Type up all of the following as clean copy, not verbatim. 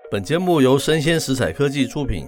本节目由生鲜食材科技出品，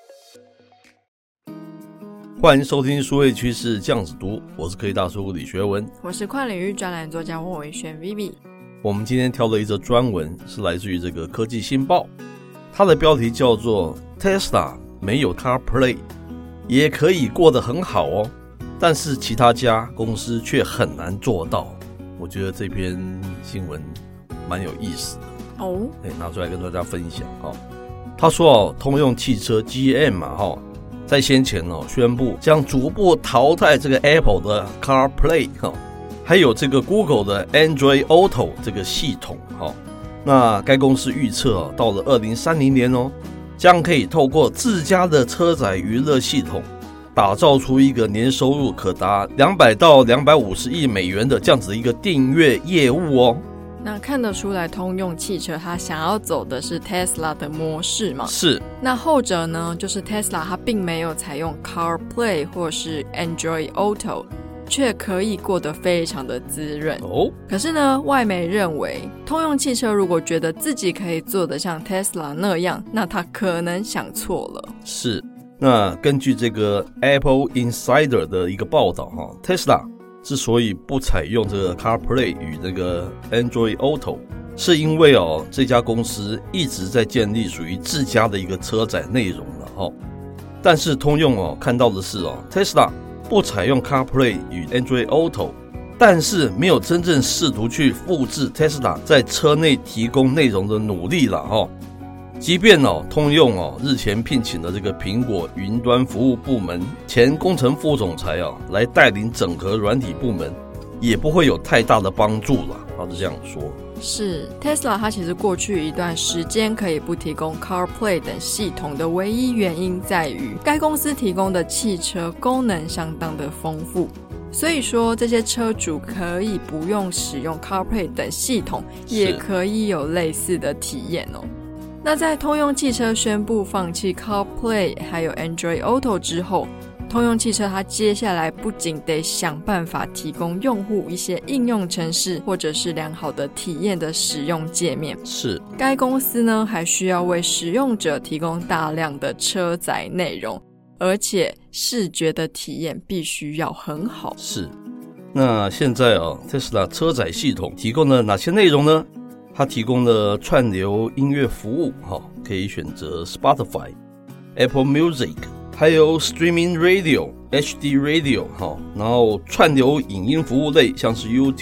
欢迎收听数位趋势酱子读，我是科技大叔李学文， 我是跨领域专栏作家翁伟轩 Vivi。 我们今天挑了一则专文，是来自于这个科技新报，它的标题叫做 Tesla 没有 CarPlay 也可以过得很好哦，但是其他家公司却很难做到。我觉得这篇新闻蛮有意思的哦，拿出来跟大家分享哦。他说通用汽车 GM 在先前宣布将逐步淘汰这个 Apple 的 CarPlay 还有这个 Google 的 Android Auto 这个系统那该公司预测到了2030年将可以透过自家的车载娱乐系统打造出一个年收入可达200到250亿美元的这样子的一个订阅业务哦。 那看得出来通用汽车它想要走的是 Tesla 的模式嘛？ 是。 那后者呢，就是 Tesla 它并没有采用 CarPlay 或是 Android Auto， 却可以过得非常的滋润哦。可是呢，外媒认为通用汽车如果觉得自己可以做得像 Tesla 那样，那它可能想错了。 是。那根据这个 Apple Insider 的一个报道Tesla之所以不采用这个 CarPlay 与这个 Android Auto， 是因为这家公司一直在建立属于自家的一个车载内容了但是通用看到的是Tesla 不采用 CarPlay 与 Android Auto， 但是没有真正试图去复制 Tesla 在车内提供内容的努力了即便通用日前聘请了这个苹果云端服务部门前工程副总裁来带领整合软体部门，也不会有太大的帮助了，他是这样说。 是 Tesla 它其实过去一段时间可以不提供 CarPlay 等系统的唯一原因在于该公司提供的汽车功能相当的丰富，所以说这些车主可以不用使用 CarPlay 等系统，也可以有类似的体验那在通用汽车宣布放弃 CarPlay 还有 Android Auto 之后，通用汽车它接下来不仅得想办法提供用户一些应用程式或者是良好的体验的使用界面， 是该公司呢还需要为使用者提供大量的车载内容，而且视觉的体验必须要很好。 是。那现在Tesla 车载系统提供了哪些内容呢？它提供了串流音乐服务可以选择 Spotify、Apple Music， 还有 Streaming Radio、HD Radio 然后串流影音服务类像是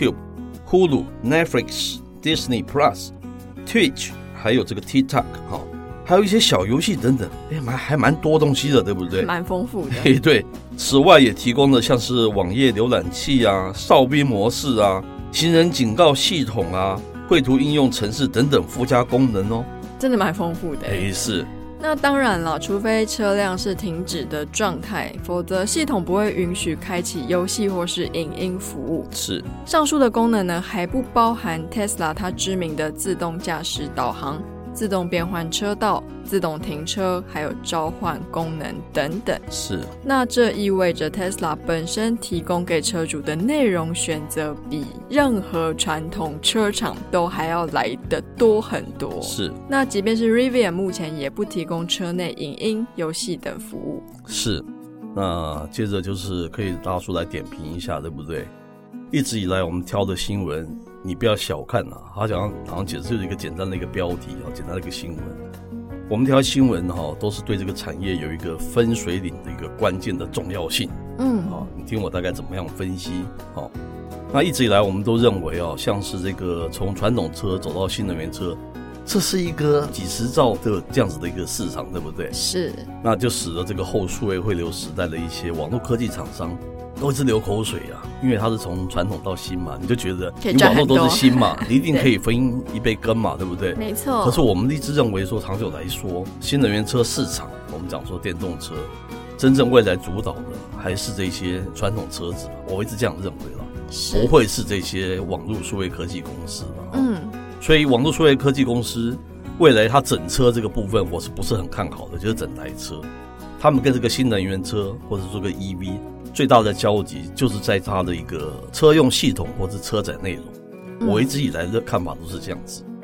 YouTube、Hulu、Netflix、Disney Plus、Twitch， 还有这个 TikTok 还有一些小游戏等等，还蛮多东西的，对不对？ 蛮丰富的。 对。此外也提供了像是网页浏览器哨兵模式行人警告系统绘图应用程式等等附加功能真的蛮丰富的。 是。 那当然了，除非车辆是停止的状态，否则系统不会允许开启游戏或是影音服务。 是。 上述的功能呢，还不包含 Tesla 它知名的自动驾驶导航、自动变换车道、自动停车，还有召唤功能等等。 是。 那这意味着 Tesla 本身提供给车主的内容选择比任何传统车厂都还要来得多很多。 是。 那即便是 Rivian 目前也不提供车内影音、游戏等服务。 是。那接着就是可以大叔来点评一下，对不对？一直以来我们挑的新闻你不要小看它好像只是一个简单的一个标题简单的一个新闻。我们挑新闻都是对这个产业有一个分水岭的一个关键的重要性。你听我大概怎么样分析那一直以来我们都认为像是这个从传统车走到新能源车，这是一个几十兆的这样子的一个市场，对不对？ 是。 那就使得这个后数位汇流时代的一些网络科技厂商都一直流口水因为它是从传统到新嘛，你就觉得你网络都是新嘛，你一定可以分一杯羹嘛，对不对？ 没错。 可是我们一直认为说，长久来说，新能源车市场，我们讲说电动车，真正未来主导的还是这些传统车子，我一直这样认为了，不会是这些网络数位科技公司了。所以网络数位科技公司未来它整车这个部分，我是不是很看好的？就是整台车，他们跟这个新能源车或者说个 EV。最大的交集就是在它的一个车用系统或是车载内容，我一直以来的看法都是这样子。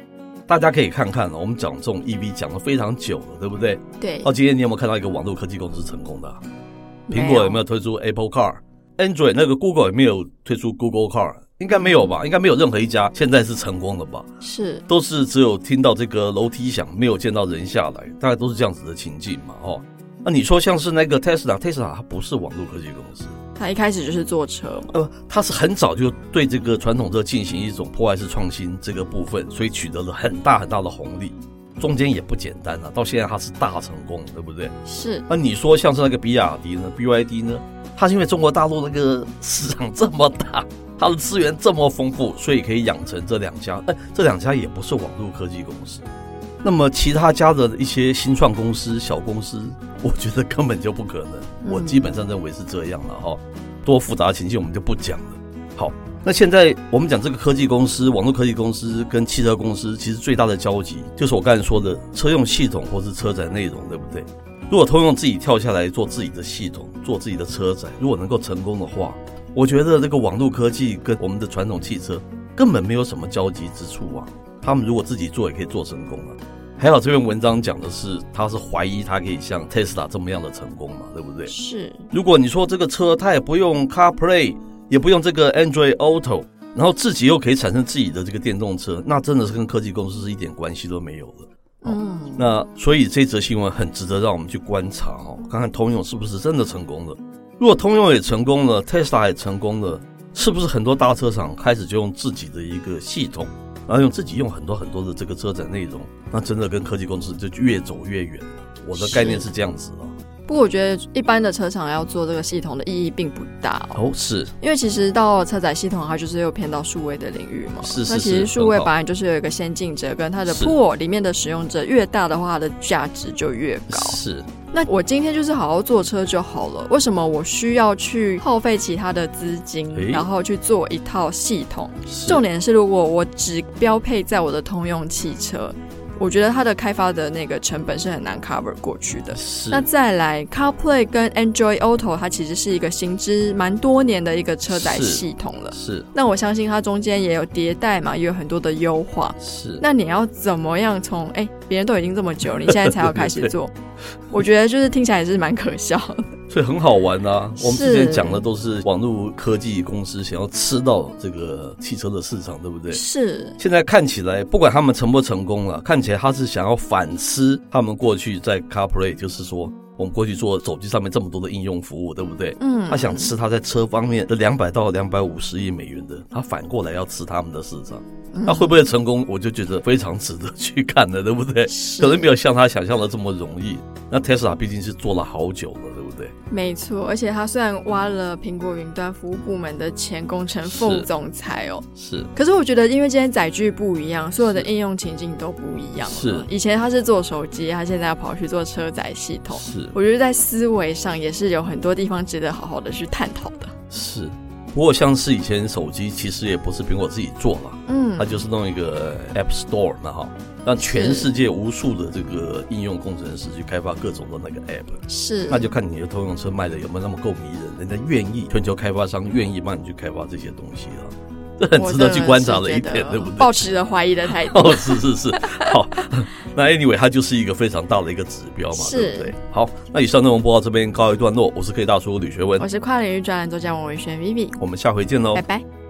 大家可以看看，我们讲这种 EV 讲得非常久了，对不对？ 对。 到今天你有没有看到一个网络科技公司成功的苹果有没有推出 Apple Car？ Android 那个 Google 有没有推出 Google Car？ 应该没有吧，应该没有任何一家现在是成功的吧， 是都是只有听到这个楼梯响，没有见到人下来，大概都是这样子的情境嘛。那你说像是那个 Tesla 它不是网络科技公司， 它一开始就是做车嘛， 它是很早就对这个传统车进行一种破坏式创新这个部分，所以取得了很大很大的红利，中间也不简单啊，到现在它是大成功，对不对？ 是。 那你说像是那个比亚迪呢 BYD 呢，它是因为中国大陆那个市场这么大，它的资源这么丰富，所以可以养成这两家，这两家也不是网络科技公司。那么其他家的一些新创公司、小公司，我觉得根本就不可能。我基本上认为是这样了哈。多复杂的情境我们就不讲了。好，那现在我们讲这个科技公司、网络科技公司跟汽车公司，其实最大的交集就是我刚才说的车用系统或是车载内容，对不对？如果通用自己跳下来做自己的系统，做自己的车载，如果能够成功的话，我觉得这个网络科技跟我们的传统汽车根本没有什么交集之处啊。他们如果自己做也可以做成功啊。还好这篇文章讲的是，他是怀疑他可以像 Tesla 这么样的成功嘛，对不对？ 是。 如果你说这个车它也不用 CarPlay， 也不用这个 Android Auto， 然后自己又可以产生自己的这个电动车，那真的是跟科技公司是一点关系都没有了。那所以这则新闻很值得让我们去观察看看通用是不是真的成功了。如果通用也成功了， Tesla 也成功了，是不是很多大车厂开始就用自己的一个系统，然后自己用很多很多的这个车载内容，那真的跟科技公司就越走越远了。我的概念是这样子了。 不过我觉得一般的车厂要做这个系统的意义并不大是因为其实到车载系统它就是又偏到数位的领域嘛。 是那其实数位本来就是有一个先进者跟它的pool里面的使用者越大的话，它的价值就越高。 是。 那我今天就是好好做车就好了，为什么我需要去耗费其他的资金，然后去做一套系统？重点是如果我只标配在我的通用汽车，我觉得它的开发的那个成本是很难 cover 过去的。那再来 CarPlay 跟 Android Auto 它其实是一个行之蛮多年的一个车载系统了。 是。 那我相信它中间也有迭代嘛，也有很多的优化。 是。 那你要怎么样从别人都已经这么久了，你现在才要开始做？我觉得就是听起来也是蛮可笑的。 所以很好玩啊。我们之前讲的都是网络科技公司想要吃到这个汽车的市场，对不对？ 是。 现在看起来不管他们成不成功了，看起来他是想要反吃他们过去在 CarPlay， 就是说我们过去做手机上面这么多的应用服务，对不对？他想吃他在车方面的200到250亿美元的，他反过来要吃他们的市场。那会不会成功，我就觉得非常值得去看的，对不对？可能没有像他想象的这么容易。那 Tesla 毕竟是做了好久了，对不对？ 没错，而且他虽然挖了苹果云端服务部门的前工程副总裁是。 可是我觉得因为今天载具不一样，所有的应用情境都不一样了。 是。 以前他是做手机，他现在要跑去做车载系统。 是。我觉得在思维上也是有很多地方值得好好的去探讨的。 是。不过像是以前手机其实也不是苹果自己做了，它就是弄一个 App Store 嘛，让全世界无数的这个应用工程师去开发各种的那个 App。 是。 那就看你的通用车卖的有没有那么够迷人，人家愿意，全球开发商愿意帮你去开发这些东西了。这很值得去观察的一点，对不对？ 抱持着怀疑的态度。 是。好，那 anyway 它就是一个非常大的一个指标嘛，对不对？好，那以上内容播到这边告一段落，我是科技大叔吕学文， 我是跨领域专栏作家王维轩 Vivi， 我们下回见喽， 拜拜。